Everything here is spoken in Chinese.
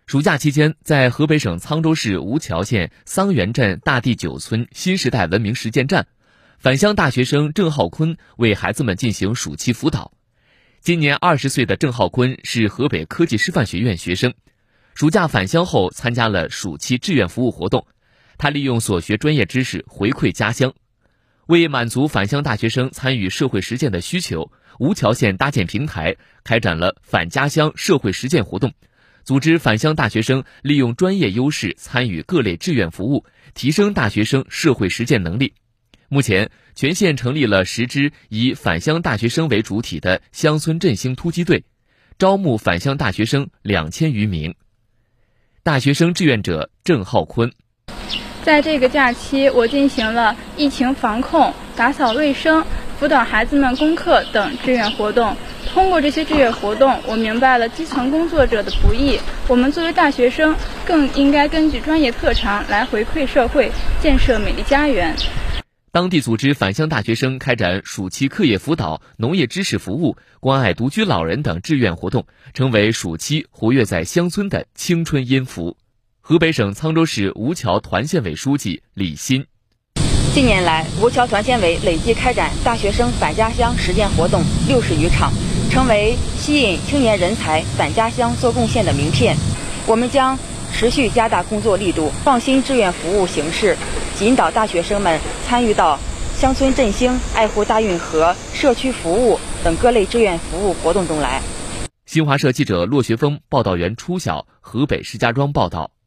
暑假期间，在河北省沧州市吴桥县桑园镇大地9村新时代文明实践站，返乡大学生郑浩坤为孩子们进行暑期辅导。今年20岁的郑浩坤是河北科技师范学院学生，暑假返乡后参加了暑期志愿服务活动，他利用所学专业知识回馈家乡。为满足返乡大学生参与社会实践的需求，吴桥县搭建平台，开展了返家乡社会实践活动，组织返乡大学生利用专业优势参与各类志愿服务，提升大学生社会实践能力。目前，全县成立了10支以返乡大学生为主体的乡村振兴突击队，招募返乡大学生2000余名。大学生志愿者郑浩坤： 在这个假期，我进行了疫情防控、打扫卫生、辅导孩子们功课等志愿活动。通过这些志愿活动，我明白了基层工作者的不易。我们作为大学生，更应该根据专业特长来回馈社会，建设美丽家园。 当地组织返乡大学生开展暑期课业辅导、农业知识服务、关爱独居老人等志愿活动，成为暑期活跃在乡村的青春音符。河北省沧州市吴桥团县委书记李欣： 近年来，吴桥团县委累计开展大学生返家乡实践活动60余场，成为吸引青年人才返家乡做贡献的名片。我们将持续加大工作力度，创新志愿服务形式，引导大学生们参与到乡村振兴、爱护大运河、社区服务等各类志愿服务活动中来。 新华社记者骆学峰、报道员初晓，河北石家庄报道。